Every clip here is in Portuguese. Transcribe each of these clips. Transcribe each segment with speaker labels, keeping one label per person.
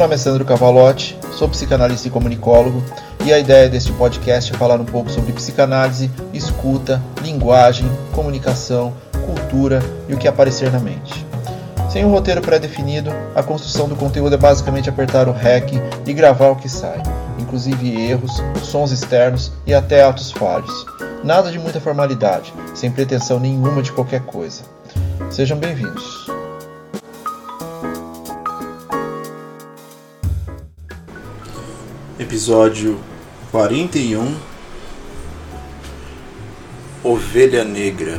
Speaker 1: nome é Sandro Cavalotti, sou psicanalista e comunicólogo, e a ideia deste podcast é falar um pouco sobre psicanálise, escuta, linguagem, comunicação, cultura e o que aparecer na mente. Sem um roteiro pré-definido, a construção do conteúdo é basicamente apertar o REC e gravar o que sai, inclusive erros, sons externos e até atos falhos. Nada de muita formalidade, sem pretensão nenhuma de qualquer coisa. Sejam bem-vindos.
Speaker 2: Episódio 41. Ovelha Negra.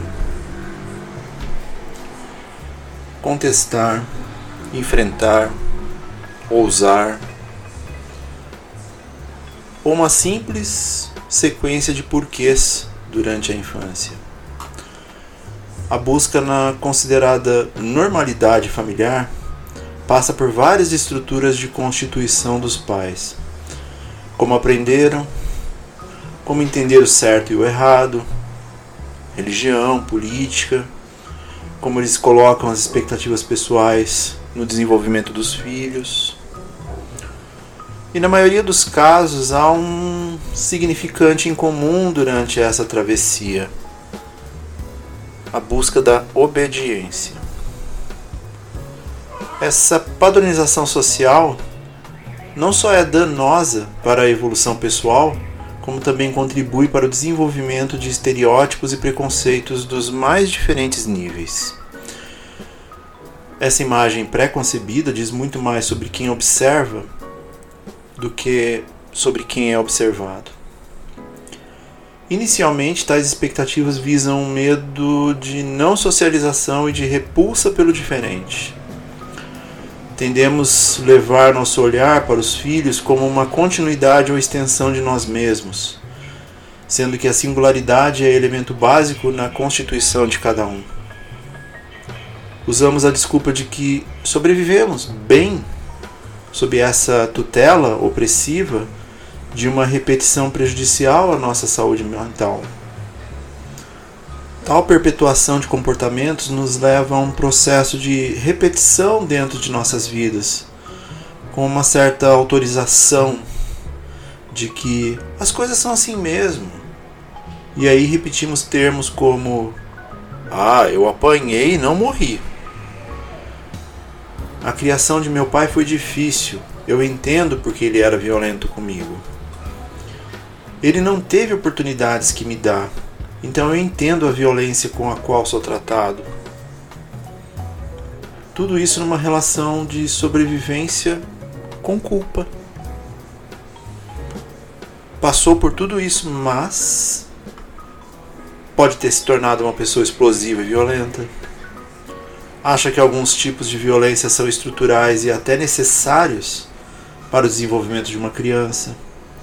Speaker 2: Contestar, enfrentar, ousar, ou uma simples sequência de porquês durante a infância. A busca na considerada normalidade familiar passa por várias estruturas de constituição dos pais. Como aprenderam, como entender o certo e o errado, religião, política, como eles colocam as expectativas pessoais no desenvolvimento dos filhos. E na maioria dos casos há um significante em comum durante essa travessia: a busca da obediência. Essa padronização social não só é danosa para a evolução pessoal, como também contribui para o desenvolvimento de estereótipos e preconceitos dos mais diferentes níveis. Essa imagem pré-concebida diz muito mais sobre quem observa do que sobre quem é observado. Inicialmente, tais expectativas visam um medo de não socialização e de repulsa pelo diferente. Tendemos a levar nosso olhar para os filhos como uma continuidade ou extensão de nós mesmos, sendo que a singularidade é elemento básico na constituição de cada um. Usamos a desculpa de que sobrevivemos bem sob essa tutela opressiva de uma repetição prejudicial à nossa saúde mental. Tal perpetuação de comportamentos nos leva a um processo de repetição dentro de nossas vidas, com uma certa autorização de que as coisas são assim mesmo. E aí repetimos termos como: eu apanhei e não morri. A criação de meu pai foi difícil, eu entendo porque ele era violento comigo. Ele não teve oportunidades que me dá, então eu entendo a violência com a qual sou tratado. Tudo isso numa relação de sobrevivência com culpa. Passou por tudo isso, mas pode ter se tornado uma pessoa explosiva e violenta. Acha que alguns tipos de violência são estruturais e até necessários para o desenvolvimento de uma criança.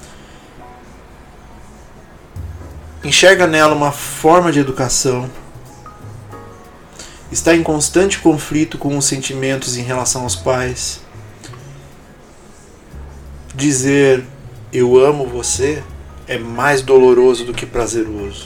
Speaker 2: Enxerga nela uma forma de educação. Está em constante conflito com os sentimentos em relação aos pais. Dizer "eu amo você" é mais doloroso do que prazeroso.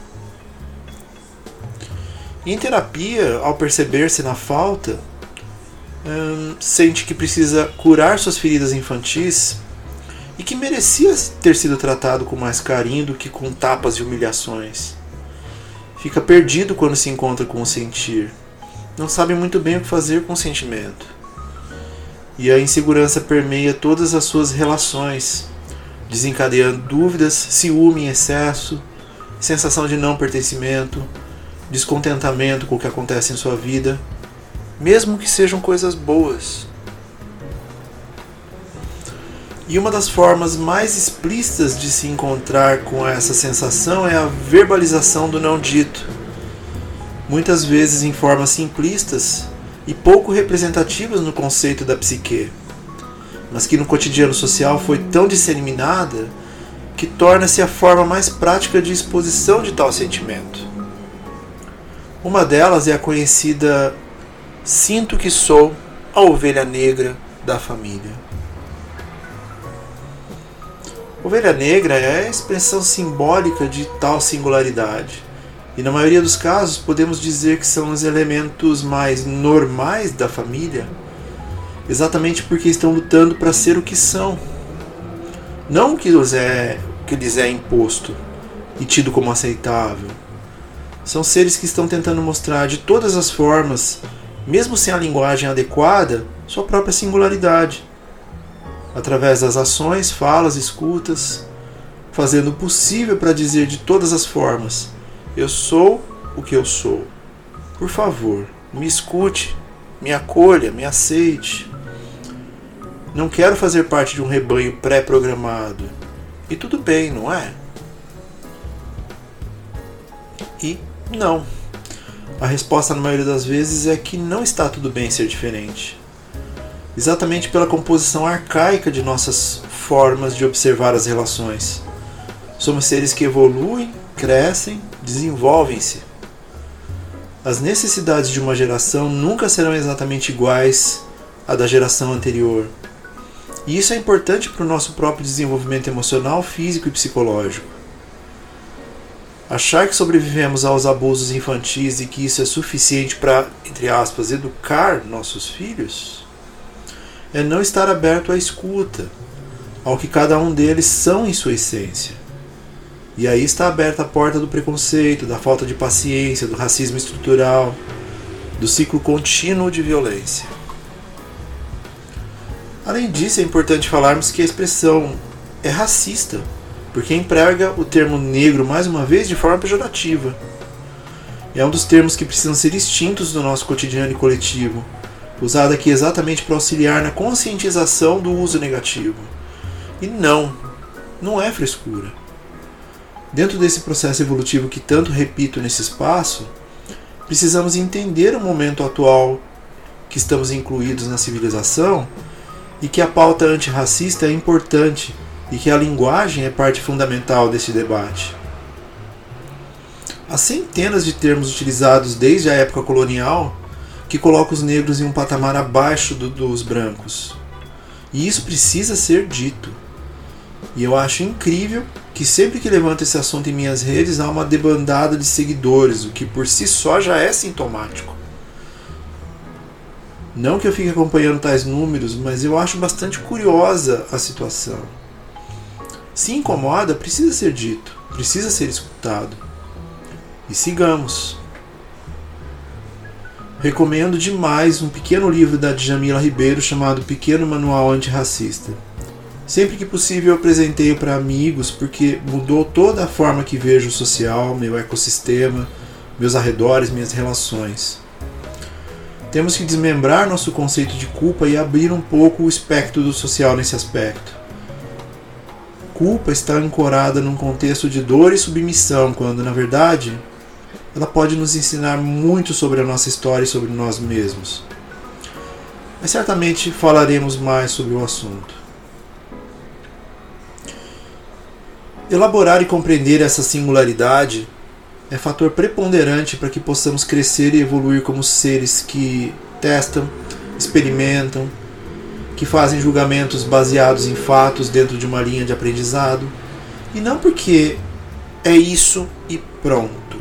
Speaker 2: E em terapia, ao perceber-se na falta, sente que precisa curar suas feridas infantis e que merecia ter sido tratado com mais carinho do que com tapas e humilhações. Fica perdido quando se encontra com o sentir. Não sabe muito bem o que fazer com o sentimento. E a insegurança permeia todas as suas relações, desencadeando dúvidas, ciúme em excesso, sensação de não pertencimento, descontentamento com o que acontece em sua vida, mesmo que sejam coisas boas. E uma das formas mais explícitas de se encontrar com essa sensação é a verbalização do não dito, muitas vezes em formas simplistas e pouco representativas no conceito da psique, mas que no cotidiano social foi tão disseminada que torna-se a forma mais prática de exposição de tal sentimento. Uma delas é a conhecida "sinto que sou a ovelha negra da família". Ovelha negra é a expressão simbólica de tal singularidade, e na maioria dos casos podemos dizer que são os elementos mais normais da família exatamente porque estão lutando para ser o que são, não o que lhes é imposto e tido como aceitável. São seres que estão tentando mostrar de todas as formas, mesmo sem a linguagem adequada, sua própria singularidade, através das ações, falas, escutas, fazendo o possível para dizer de todas as formas: eu sou o que eu sou. Por favor, me escute, me acolha, me aceite. Não quero fazer parte de um rebanho pré-programado. E tudo bem, não é? E não. A resposta na maioria das vezes é que não está tudo bem ser diferente. Exatamente pela composição arcaica de nossas formas de observar as relações. Somos seres que evoluem, crescem, desenvolvem-se. As necessidades de uma geração nunca serão exatamente iguais à da geração anterior. E isso é importante para o nosso próprio desenvolvimento emocional, físico e psicológico. Achar que sobrevivemos aos abusos infantis e que isso é suficiente para, entre aspas, educar nossos filhos, é não estar aberto à escuta, ao que cada um deles são em sua essência. E aí está aberta a porta do preconceito, da falta de paciência, do racismo estrutural, do ciclo contínuo de violência. Além disso, é importante falarmos que a expressão é racista, porque emprega o termo negro mais uma vez de forma pejorativa. É um dos termos que precisam ser extintos do nosso cotidiano e coletivo, usado aqui exatamente para auxiliar na conscientização do uso negativo. E não é frescura. Dentro desse processo evolutivo que tanto repito nesse espaço, precisamos entender o momento atual que estamos incluídos na civilização e que a pauta antirracista é importante e que a linguagem é parte fundamental desse debate. Há centenas de termos utilizados desde a época colonial que colocam os negros em um patamar abaixo dos brancos. E isso precisa ser dito. E eu acho incrível que sempre que levanto esse assunto em minhas redes há uma debandada de seguidores, o que por si só já é sintomático. Não que eu fique acompanhando tais números, mas eu acho bastante curiosa a situação. Se incomoda, precisa ser dito, precisa ser escutado. E sigamos. Recomendo demais um pequeno livro da Djamila Ribeiro chamado Pequeno Manual Antirracista. Sempre que possível eu apresentei para amigos porque mudou toda a forma que vejo o social, meu ecossistema, meus arredores, minhas relações. Temos que desmembrar nosso conceito de culpa e abrir um pouco o espectro do social nesse aspecto. Culpa está ancorada num contexto de dor e submissão, quando, na verdade, ela pode nos ensinar muito sobre a nossa história e sobre nós mesmos. Mas certamente falaremos mais sobre o assunto. Elaborar e compreender essa singularidade é fator preponderante para que possamos crescer e evoluir como seres que testam, experimentam, que fazem julgamentos baseados em fatos dentro de uma linha de aprendizado, e não porque é isso e pronto.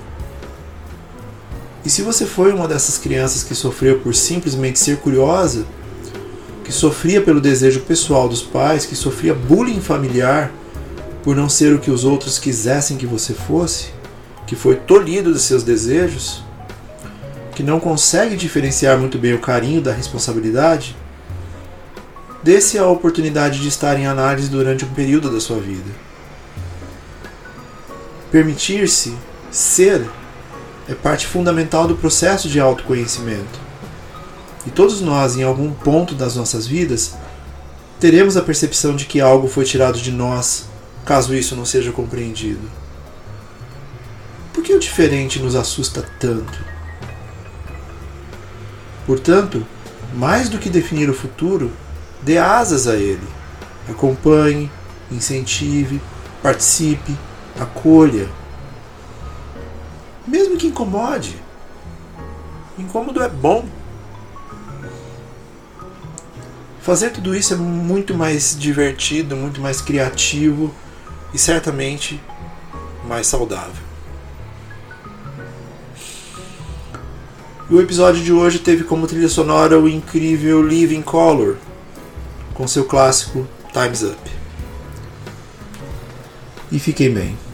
Speaker 2: E se você foi uma dessas crianças que sofreu por simplesmente ser curiosa, que sofria pelo desejo pessoal dos pais, que sofria bullying familiar por não ser o que os outros quisessem que você fosse, que foi tolhido dos seus desejos, que não consegue diferenciar muito bem o carinho da responsabilidade, dê-se a oportunidade de estar em análise durante um período da sua vida. Permitir-se ser é parte fundamental do processo de autoconhecimento. E todos nós, em algum ponto das nossas vidas, teremos a percepção de que algo foi tirado de nós, caso isso não seja compreendido. Por que o diferente nos assusta tanto? Portanto, mais do que definir o futuro, dê asas a ele. Acompanhe, incentive, participe, acolha. Mesmo que incomode. Incômodo é bom. Fazer tudo isso é muito mais divertido, muito mais criativo e certamente mais saudável. E o episódio de hoje teve como trilha sonora o incrível Living Colour, com seu clássico Time's Up. E fiquem bem.